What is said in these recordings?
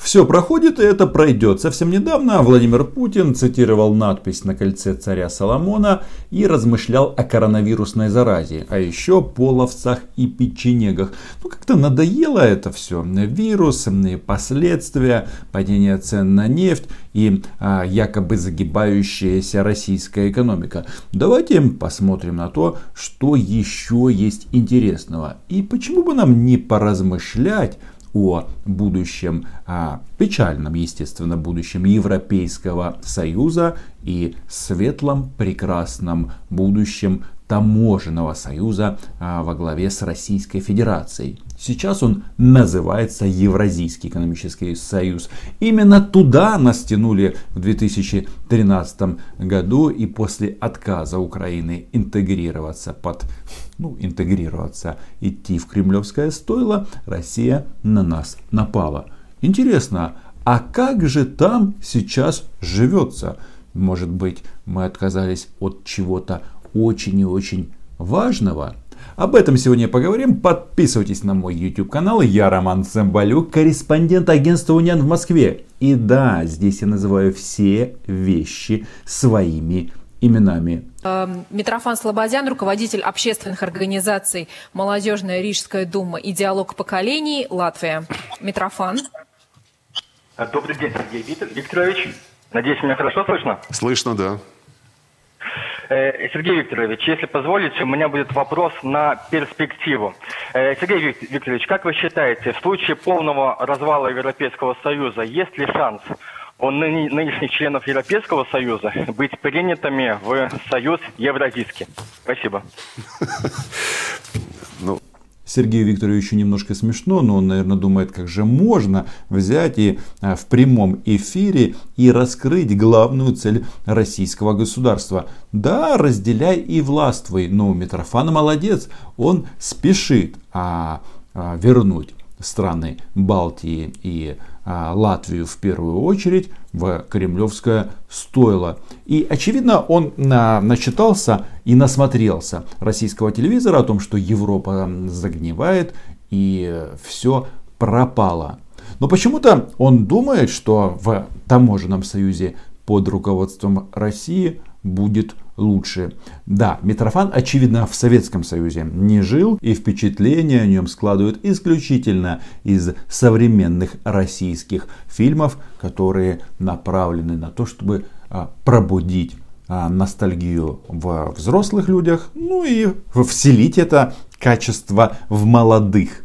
Все проходит, и это пройдет. Совсем недавно Владимир Путин цитировал надпись на кольце царя Соломона и размышлял о коронавирусной заразе, а еще половцах и печенегах. Как-то надоело это все. Вирус, последствия, падение цен на нефть и якобы загибающаяся российская экономика. Давайте посмотрим на то, что еще есть интересного. И почему бы нам не поразмышлять о будущем, печальном, естественно, будущем Европейского Союза и светлом, прекрасном будущем таможенного союза во главе с Российской Федерацией. Сейчас он называется Евразийский экономический союз. Именно туда нас тянули в 2013 году, и после отказа Украины интегрироваться, идти в кремлевское стойло, Россия на нас напала. Интересно, а как же там сейчас живется? Может быть, мы отказались от чего-то очень и очень важного? Об этом сегодня поговорим. Подписывайтесь на мой YouTube канал. Я Роман Цымбалюк, корреспондент агентства Униан в Москве. И да, здесь я называю все вещи своими именами. Митрофан Слободян, руководитель общественных организаций «Молодежная Рижская дума» и «Диалог поколений», Латвия. Митрофан. Добрый день, Сергей Викторович. Надеюсь, меня хорошо слышно? Слышно, да. Сергей Викторович, если позволите, у меня будет вопрос на перспективу. Сергей Викторович, как вы считаете, в случае полного развала Европейского Союза есть ли шанс у нынешних членов Европейского Союза быть принятыми в Союз Евразийский? Спасибо. Сергею Викторовичу немножко смешно, но он, наверное, думает, как же можно взять и в прямом эфире и раскрыть главную цель российского государства. Да, разделяй и властвуй, но Митрофан молодец, он спешит вернуть страны Балтии и Латвию в первую очередь в кремлевское стойло. И очевидно, он начитался и насмотрелся российского телевизора о том, что Европа загнивает и все пропало. Но почему-то он думает, что в таможенном союзе под руководством России будет лучше. Да, Митрофан, очевидно, в Советском Союзе не жил, и впечатления о нем складывают исключительно из современных российских фильмов, которые направлены на то, чтобы пробудить ностальгию в взрослых людях, и вселить это качество в молодых.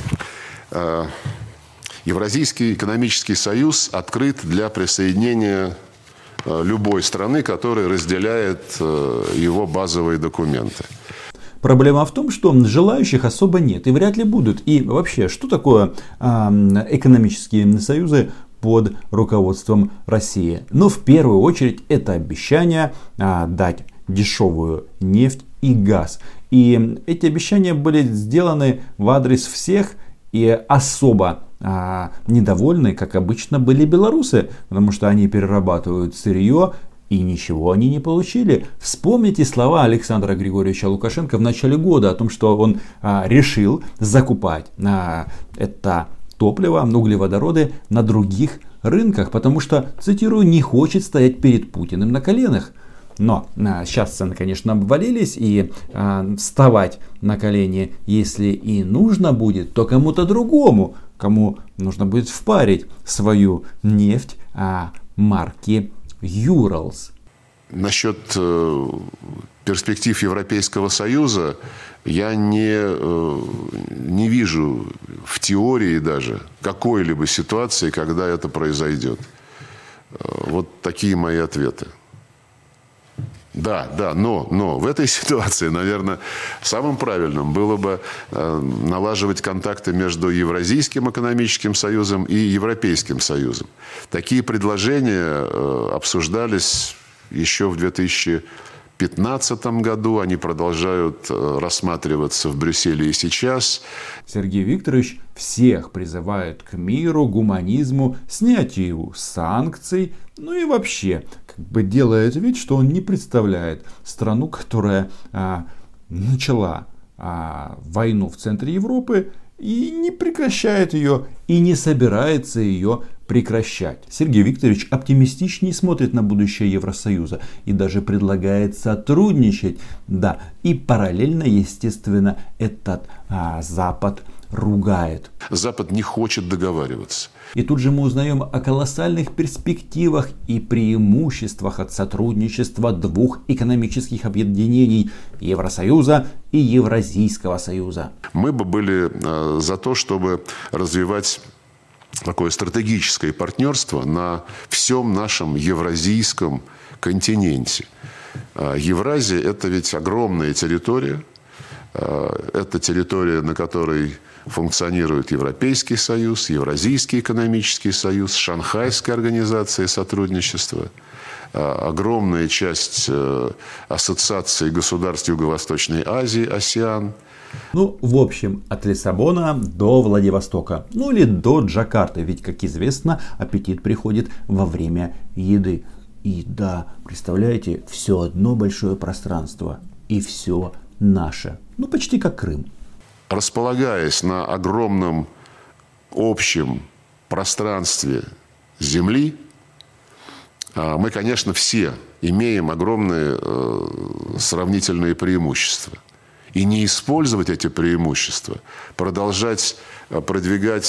Евразийский экономический союз открыт для присоединения любой страны, которая разделяет его базовые документы. Проблема в том, что желающих особо нет и вряд ли будут. И вообще, что такое экономические союзы под руководством России? В первую очередь, это обещание дать дешевую нефть и газ. И эти обещания были сделаны в адрес всех, и особо недовольны, как обычно, были белорусы, потому что они перерабатывают сырье и ничего они не получили. Вспомните слова Александра Григорьевича Лукашенко в начале года о том, что он решил закупать это топливо, углеводороды на других рынках, потому что, цитирую, не хочет стоять перед Путиным на коленах. Но сейчас цены, конечно, обвалились, и вставать на колени, если и нужно будет, то кому-то другому, кому нужно будет впарить свою нефть марки Urals. Насчет перспектив Европейского Союза я не вижу в теории даже какой-либо ситуации, когда это произойдет. Вот такие мои ответы. Да, но в этой ситуации, наверное, самым правильным было бы налаживать контакты между Евразийским экономическим союзом и Европейским союзом. Такие предложения обсуждались еще в 2015 году, они продолжают рассматриваться в Брюсселе и сейчас. Сергей Викторович всех призывает к миру, гуманизму, снятию санкций, и вообще делает вид, что он не представляет страну, которая начала войну в центре Европы и не прекращает ее, и не собирается ее прекращать. Сергей Викторович оптимистичнее смотрит на будущее Евросоюза и даже предлагает сотрудничать. Да, и параллельно, естественно, этот Запад ругает. Запад не хочет договариваться. И тут же мы узнаем о колоссальных перспективах и преимуществах от сотрудничества двух экономических объединений – Евросоюза и Евразийского союза. Мы бы были за то, чтобы развивать такое стратегическое партнерство на всем нашем евразийском континенте. Евразия – это ведь огромная территория. Это территория, на которой функционирует Европейский союз, Евразийский экономический союз, Шанхайская организация сотрудничества, огромная часть ассоциации государств Юго-Восточной Азии, АСЕАН. Ну, в общем, от Лиссабона до Владивостока. Ну, или до Джакарты. Ведь, как известно, аппетит приходит во время еды. И да, представляете, все одно большое пространство. И все наше. Ну, почти как Крым. Располагаясь на огромном общем пространстве Земли, мы, конечно, все имеем огромные сравнительные преимущества. И не использовать эти преимущества, продолжать продвигать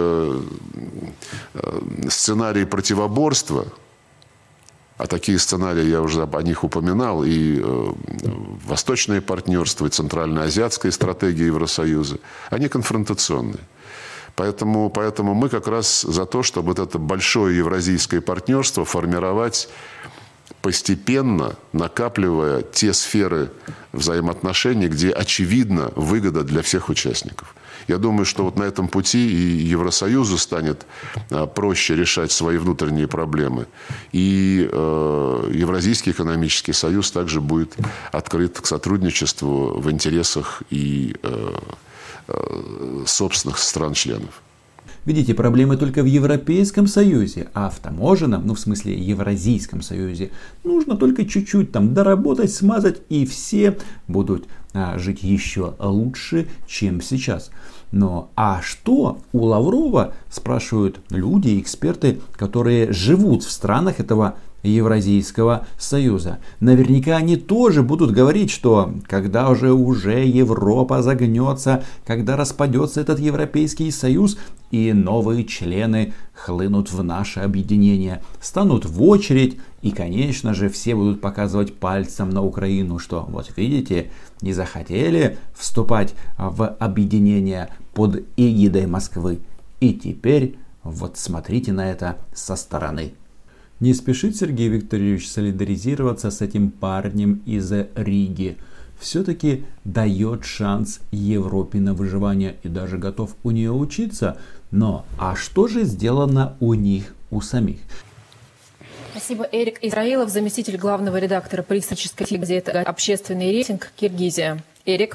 сценарии противоборства, а такие сценарии, я уже о них упоминал, и восточное партнерство, и центральноазиатская стратегия Евросоюза, они конфронтационные. Поэтому мы как раз за то, чтобы вот это большое евразийское партнерство формировать постепенно, накапливая те сферы взаимоотношений, где очевидна выгода для всех участников. Я думаю, что вот на этом пути и Евросоюзу станет проще решать свои внутренние проблемы. И Евразийский экономический союз также будет открыт к сотрудничеству в интересах и собственных стран-членов. Видите, проблемы только в Европейском Союзе, а в таможенном, ну в смысле Евразийском Союзе, нужно только чуть-чуть там доработать, смазать, и все будут жить еще лучше, чем сейчас. Но а что у Лаврова, спрашивают люди, эксперты, которые живут в странах этого Евразийского союза. Наверняка они тоже будут говорить, что когда уже Европа загнется, когда распадется этот Европейский союз, и новые члены хлынут в наше объединение, станут в очередь, и, конечно же, все будут показывать пальцем на Украину, что вот видите, не захотели вступать в объединение под эгидой Москвы, и теперь вот смотрите на это со стороны. Не спешит Сергей Викторович солидаризироваться с этим парнем из Риги. Все-таки дает шанс Европе на выживание и даже готов у нее учиться. Но а что же сделано у них, у самих? Спасибо. Эрик Израилов, заместитель главного редактора политической газеты «Общественный рейтинг. Киргизия». Эрик.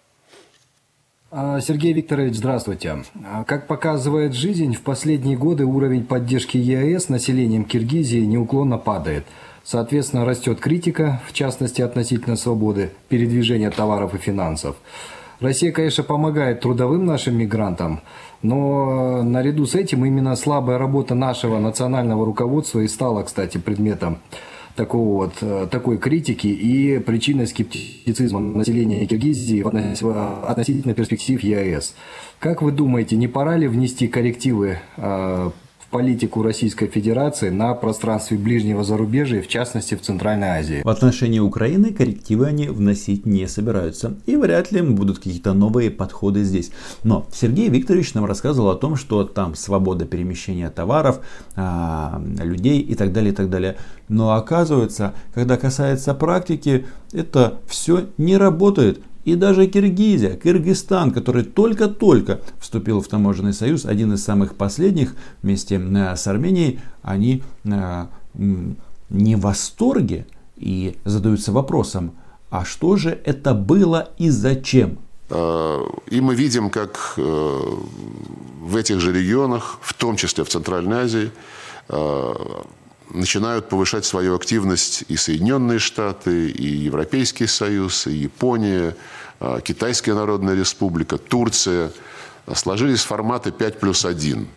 Сергей Викторович, здравствуйте. Как показывает жизнь, в последние годы уровень поддержки ЕАЭС населением Киргизии неуклонно падает. Соответственно, растет критика, в частности относительно свободы передвижения товаров и финансов. Россия, конечно, помогает трудовым нашим мигрантам, но наряду с этим именно слабая работа нашего национального руководства и стала, кстати, предметом такой критики и причиной скептицизма населения Киргизии относительно перспектив ЕАЭС. Как вы думаете, не пора ли внести коррективы в политику Российской Федерации на пространстве ближнего зарубежья, в частности в Центральной Азии? В отношении Украины коррективы они вносить не собираются. И вряд ли будут какие-то новые подходы здесь. Но Сергей Викторович нам рассказывал о том, что там свобода перемещения товаров, людей и так далее, и так далее. Но оказывается, когда касается практики, это все не работает. И даже Киргизия, Кыргызстан, который только-только вступил в таможенный союз, один из самых последних вместе с Арменией, они не в восторге и задаются вопросом, а что же это было и зачем? И мы видим, как в этих же регионах, в том числе в Центральной Азии, начинают повышать свою активность и Соединенные Штаты, и Европейский Союз, и Япония, Китайская Народная Республика, Турция. Сложились форматы 5+1.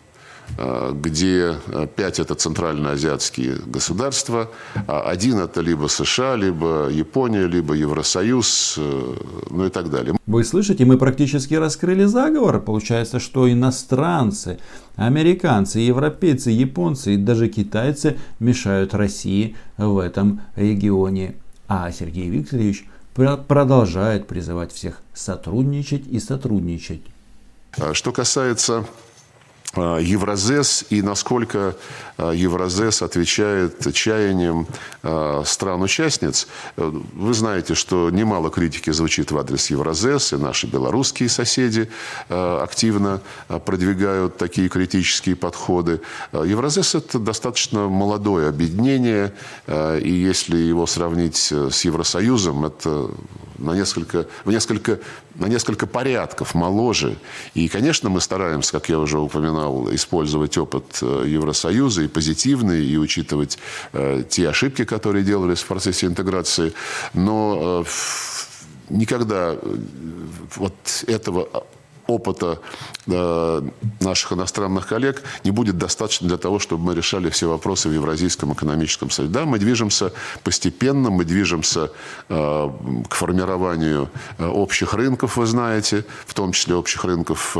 где 5 это центральноазиатские государства, а 1 это либо США, либо Япония, либо Евросоюз, ну и так далее. Вы слышите, мы практически раскрыли заговор. Получается, что иностранцы, американцы, европейцы, японцы и даже китайцы мешают России в этом регионе. А Сергей Викторович продолжает призывать всех сотрудничать и сотрудничать. Что касается Евразес и насколько Евразес отвечает чаяниям стран-участниц. Вы знаете, что немало критики звучит в адрес Евразес, и наши белорусские соседи активно продвигают такие критические подходы. Евразес – это достаточно молодое объединение, и если его сравнить с Евросоюзом, это на несколько порядков моложе. И, конечно, мы стараемся, как я уже упоминал, использовать опыт Евросоюза и позитивный, и учитывать те ошибки, которые делались в процессе интеграции. Но никогда вот этого опыта наших иностранных коллег не будет достаточно для того, чтобы мы решали все вопросы в Евразийском экономическом союзе. Да, мы движемся постепенно, мы движемся к формированию общих рынков, вы знаете, в том числе общих рынков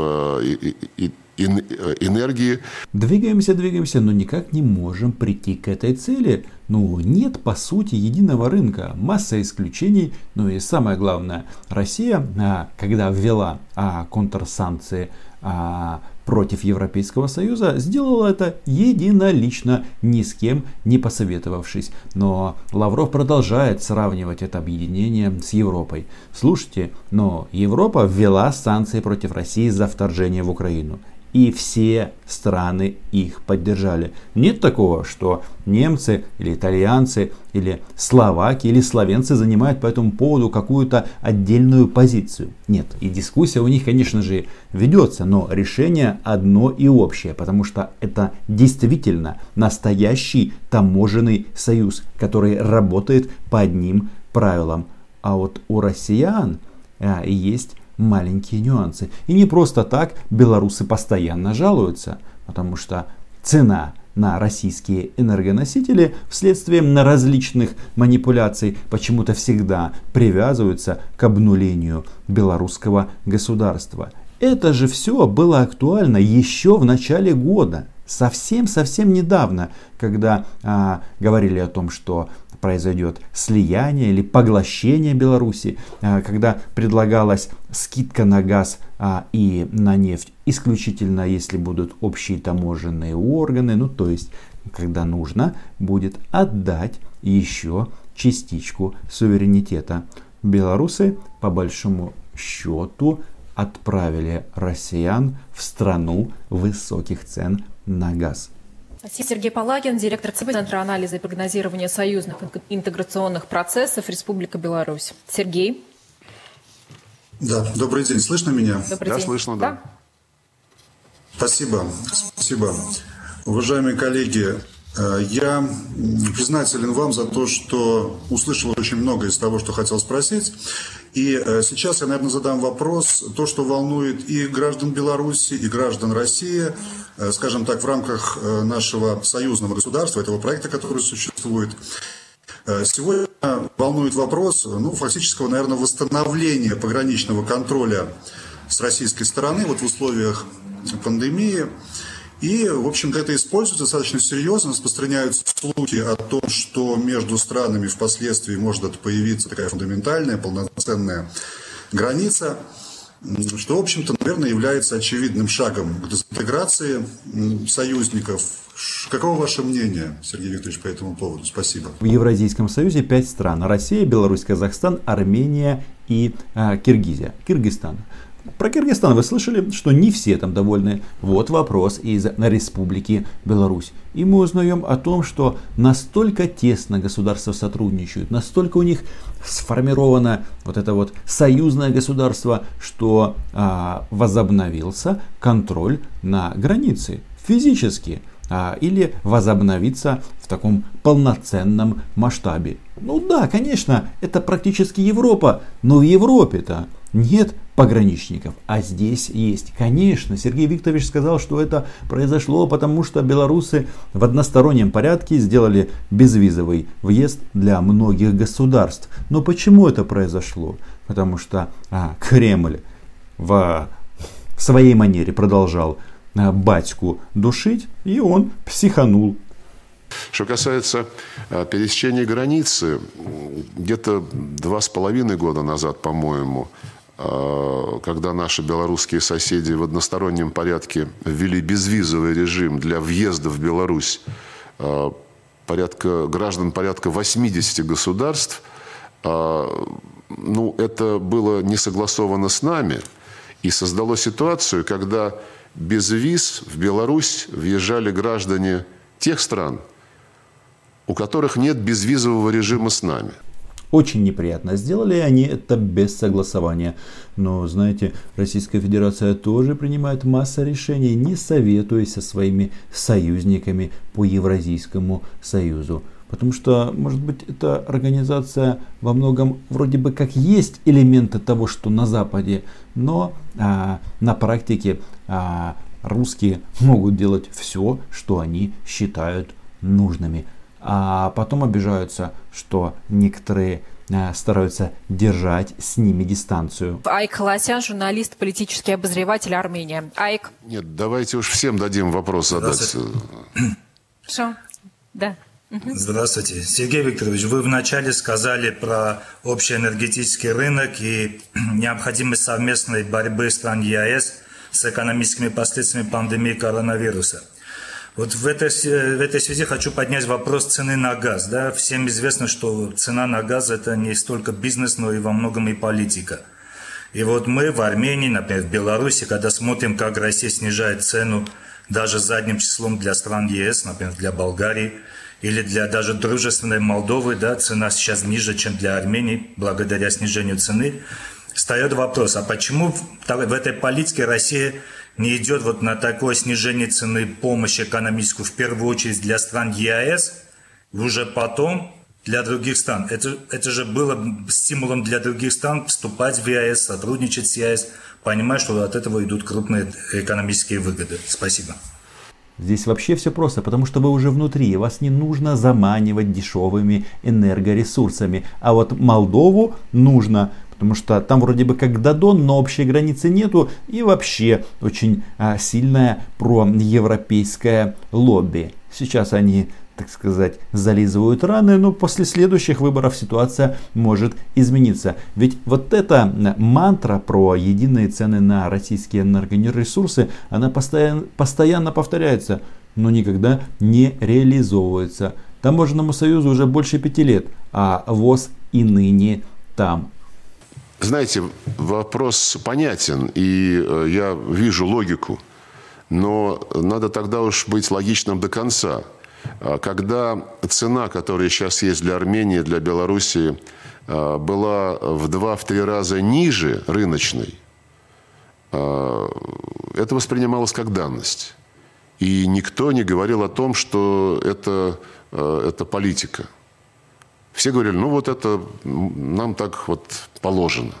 энергии. Двигаемся, но никак не можем прийти к этой цели. Нет, по сути, единого рынка, масса исключений. И самое главное, Россия, когда ввела контрсанкции против Европейского Союза, сделала это единолично, ни с кем не посоветовавшись. Но Лавров продолжает сравнивать это объединение с Европой. Слушайте, но Европа ввела санкции против России за вторжение в Украину. И все страны их поддержали. Нет такого, что немцы или итальянцы или словаки или словенцы занимают по этому поводу какую-то отдельную позицию. Нет, и дискуссия у них, конечно же, ведется, но решение одно и общее, потому что это действительно настоящий таможенный союз, который работает по одним правилам. А вот у россиян есть маленькие нюансы. И не просто так белорусы постоянно жалуются, потому что цена на российские энергоносители вследствие различных манипуляций почему-то всегда привязываются к обнулению белорусского государства. Это же все было актуально еще в начале года. Совсем недавно, когда говорили о том, что произойдет слияние или поглощение Беларуси, когда предлагалась скидка на газ и на нефть исключительно если будут общие таможенные органы, то есть когда нужно будет отдать еще частичку суверенитета. Белорусы по большому счету отправили россиян в страну высоких цен на газ. Сергей Палагин, директор Центра анализа и прогнозирования союзных интеграционных процессов Республика Беларусь. Сергей. Да, добрый день. Слышно меня? Добрый день. Слышно, да. Спасибо. Уважаемые коллеги, я признателен вам за то, что услышал очень много из того, что хотел спросить. И сейчас я, наверное, задам вопрос, то, что волнует и граждан Беларуси, и граждан России, скажем так, в рамках нашего союзного государства, этого проекта, который существует. Сегодня волнует вопрос, фактического, наверное, восстановления пограничного контроля с российской стороны в условиях пандемии. И, в общем-то, это используется достаточно серьезно, распространяются слухи о том, что между странами впоследствии может появиться такая фундаментальная, полноценная граница, что, в общем-то, наверное, является очевидным шагом к дезинтеграции союзников. Каково ваше мнение, Сергей Викторович, по этому поводу? Спасибо. В Евразийском союзе 5 стран: Россия, Беларусь, Казахстан, Армения и Киргизстан. Про Киргизстан вы слышали, что не все там довольны. Вот вопрос из Республики Беларусь. И мы узнаем о том, что настолько тесно государства сотрудничают, настолько у них сформировано это союзное государство, что возобновился контроль на границе физически. Или возобновиться в таком полноценном масштабе. Да, конечно, это практически Европа, но в Европе-то нет пограничников, а здесь есть. Конечно, Сергей Викторович сказал, что это произошло, потому что белорусы в одностороннем порядке сделали безвизовый въезд для многих государств. Но почему это произошло? Потому что Кремль в своей манере продолжал батьку душить, и он психанул. Что касается пересечения границы, где-то 2,5 года назад, по-моему, когда наши белорусские соседи в одностороннем порядке ввели безвизовый режим для въезда в Беларусь граждан порядка 80 государств, это было не согласовано с нами и создало ситуацию, когда без виз в Беларусь въезжали граждане тех стран, у которых нет безвизового режима с нами. Очень неприятно. Сделали они это без согласования. Но, знаете, Российская Федерация тоже принимает массу решений, не советуясь со своими союзниками по Евразийскому союзу. Потому что, может быть, эта организация во многом вроде бы как есть элементы того, что на Западе, но на практике русские могут делать все, что они считают нужными. А потом обижаются, что некоторые стараются держать с ними дистанцию. Айк Халасян, журналист, политический обозреватель Армения. Айк. Нет, давайте уж всем дадим вопрос задать. Что? Да. Здравствуйте. Сергей Викторович, вы вначале сказали про общий энергетический рынок и необходимость совместной борьбы стран ЕАЭС с экономическими последствиями пандемии коронавируса. Вот в этой связи хочу поднять вопрос цены на газ. Да? Всем известно, что цена на газ – это не столько бизнес, но и во многом и политика. И вот мы в Армении, например, в Беларуси, когда смотрим, как Россия снижает цену даже задним числом для стран ЕС, например, для Болгарии, или для даже дружественной Молдовы, да, цена сейчас ниже, чем для Армении, благодаря снижению цены, встает вопрос, а почему в этой политике Россия не идет вот на такое снижение цены помощи экономическую, в первую очередь для стран ЕАЭС, и уже потом для других стран. Это же было стимулом для других стран вступать в ЕАЭС, сотрудничать с ЕАЭС, понимая, что от этого идут крупные экономические выгоды. Спасибо. Здесь вообще все просто, потому что вы уже внутри, вас не нужно заманивать дешевыми энергоресурсами. А вот Молдову нужно, потому что там вроде бы как Додон, но общей границы нету. И вообще очень сильное проевропейское лобби. Сейчас они, так сказать, зализывают раны, но после следующих выборов ситуация может измениться. Ведь вот эта мантра про единые цены на российские энергоресурсы, она постоянно повторяется, но никогда не реализовывается. Таможенному союзу уже больше 5 лет, а ВОЗ и ныне там. Знаете, вопрос понятен, и я вижу логику, но надо тогда уж быть логичным до конца. Когда цена, которая сейчас есть для Армении, для Белоруссии, была в 2-3 раза ниже рыночной, это воспринималось как данность. И никто не говорил о том, что это политика. Все говорили, это нам так вот положено.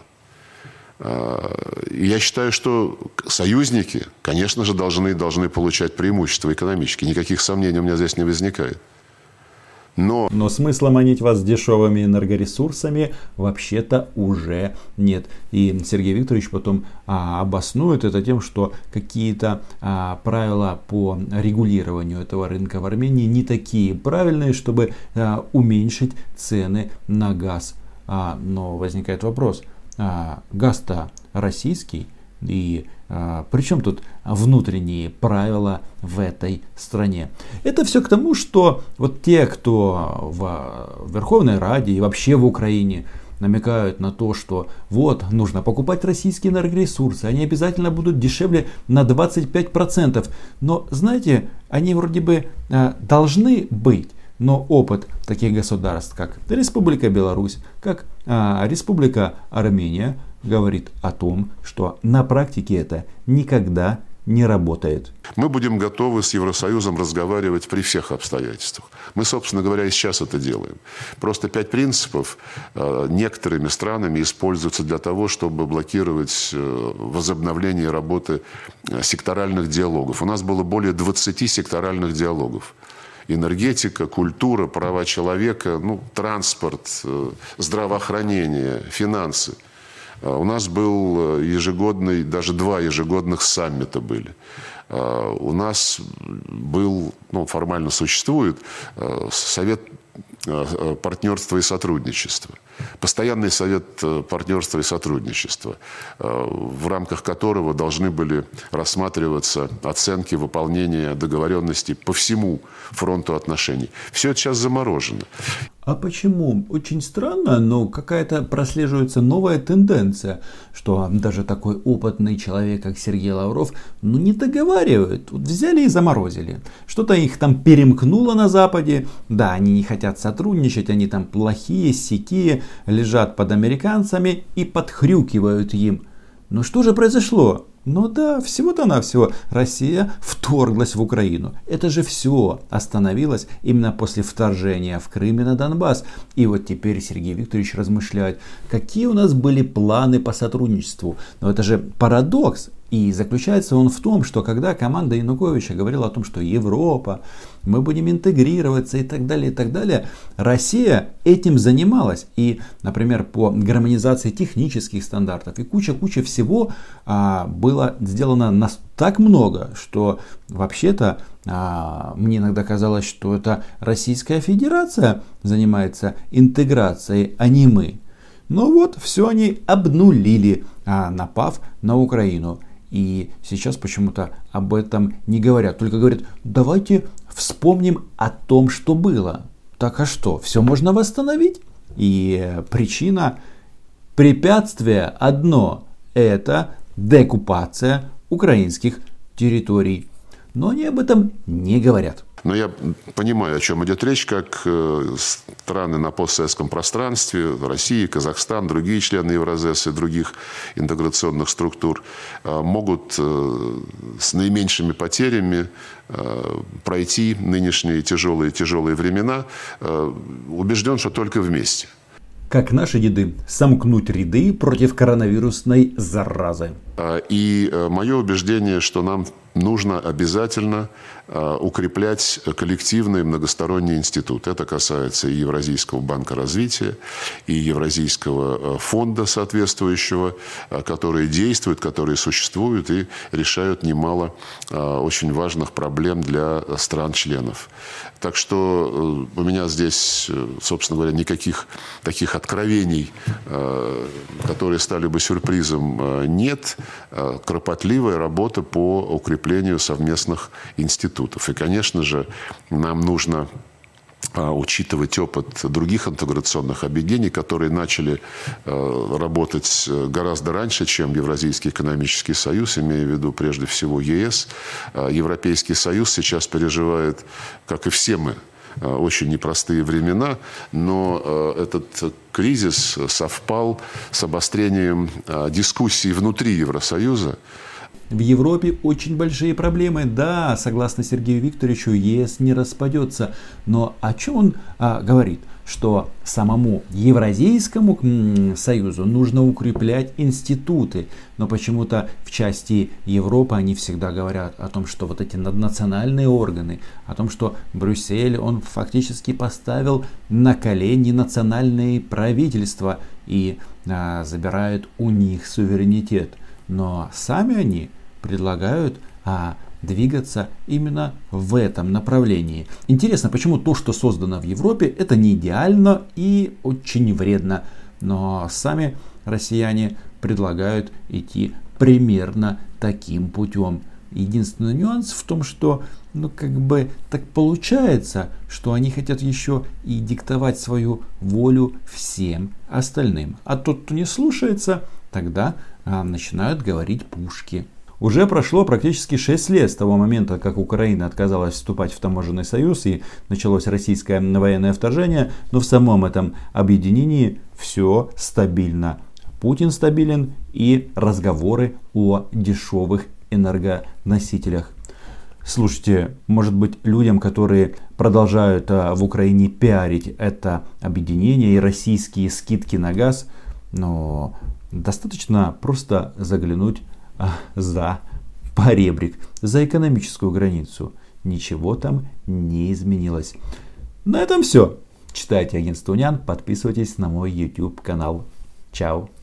Я считаю, что союзники, конечно же, должны получать преимущества экономические. Никаких сомнений у меня здесь не возникает. Но смысла манить вас дешевыми энергоресурсами вообще-то уже нет. И Сергей Викторович потом обоснует это тем, что какие-то правила по регулированию этого рынка в Армении не такие правильные, чтобы уменьшить цены на газ. Но возникает вопрос. Газ-то российский, и при чем тут внутренние правила в этой стране? Это все к тому, что вот те, кто в Верховной Раде и вообще в Украине намекают на то, что вот нужно покупать российские энергоресурсы, они обязательно будут дешевле на 25%. Но знаете, они вроде бы должны быть. Но опыт таких государств, как Республика Беларусь, как Республика Армения, говорит о том, что на практике это никогда не работает. Мы будем готовы с Евросоюзом разговаривать при всех обстоятельствах. Мы, собственно говоря, и сейчас это делаем. Просто 5 принципов некоторыми странами используются для того, чтобы блокировать возобновление работы секторальных диалогов. У нас было более 20 секторальных диалогов. Энергетика, культура, права человека, транспорт, здравоохранение, финансы. У нас был ежегодный, даже 2 ежегодных саммита были. У нас был, формально существует, Совет партнерства и сотрудничества. Постоянный совет партнерства и сотрудничества, в рамках которого должны были рассматриваться оценки выполнения договоренностей по всему фронту отношений. Все это сейчас заморожено. А почему? Очень странно, но какая-то прослеживается новая тенденция, что даже такой опытный человек, как Сергей Лавров, не договаривает. Вот взяли и заморозили. Что-то их там перемкнуло на Западе. Да, они не хотят сотрудничать, они там плохие, сякие, лежат под американцами и подхрюкивают им. Но что же произошло? Да, всего-то навсего Россия вторглась в Украину. Это же все остановилось именно после вторжения в Крым и на Донбасс. И вот теперь Сергей Викторович размышляет, какие у нас были планы по сотрудничеству. Но это же парадокс. И заключается он в том, что когда команда Януковича говорила о том, что Европа, мы будем интегрироваться и так далее, Россия этим занималась. И, например, по гармонизации технических стандартов и куча всего было сделано так много, что вообще-то мне иногда казалось, что это Российская Федерация занимается интеграцией, а не мы. Но вот все они обнулили, напав на Украину. И сейчас почему-то об этом не говорят. Только говорят, давайте вспомним о том, что было. Так а что, все можно восстановить? И причина, препятствие одно. Это деоккупация украинских территорий. Но они об этом не говорят. Но я понимаю, о чем идет речь, как страны на постсоветском пространстве, Россия, Казахстан, другие члены Евразеса и других интеграционных структур могут с наименьшими потерями пройти нынешние тяжелые времена. Убежден, что только вместе. Как наши деды, сомкнуть ряды против коронавирусной заразы. И мое убеждение, что нам нужно обязательно укреплять коллективный многосторонний институт. Это касается и Евразийского банка развития, и Евразийского фонда соответствующего, которые действуют, которые существуют и решают немало очень важных проблем для стран-членов. Так что у меня здесь, собственно говоря, никаких таких откровений, которые стали бы сюрпризом, нет. Кропотливая работа по укреплению совместных институтов. И, конечно же, нам нужно учитывать опыт других интеграционных объединений, которые начали работать гораздо раньше, чем Евразийский экономический союз, имея в виду прежде всего ЕС. Европейский союз сейчас переживает, как и все мы, очень непростые времена, но этот кризис совпал с обострением дискуссий внутри Евросоюза. В Европе очень большие проблемы. Да, согласно Сергею Викторовичу, ЕС не распадется. Но о чем он говорит? Что самому Евразийскому союзу нужно укреплять институты. Но почему-то в части Европы они всегда говорят о том, что вот эти наднациональные органы, о том, что Брюссель, он фактически поставил на колени национальные правительства и забирает у них суверенитет. Но сами они предлагают двигаться именно в этом направлении. Интересно, почему то, что создано в Европе, это не идеально и очень вредно. Но сами россияне предлагают идти примерно таким путем. Единственный нюанс в том, что так получается, что они хотят еще и диктовать свою волю всем остальным. А тот, кто не слушается, тогда начинают говорить пушки. Уже прошло практически 6 лет с того момента, как Украина отказалась вступать в таможенный союз и началось российское военное вторжение, но в самом этом объединении все стабильно. Путин стабилен и разговоры о дешевых энергоносителях. Слушайте, может быть, людям, которые продолжают в Украине пиарить это объединение и российские скидки на газ, но достаточно просто заглянуть за поребрик, за экономическую границу. Ничего там не изменилось. На этом все. Читайте Агентство Униан, подписывайтесь на мой YouTube канал. Чао.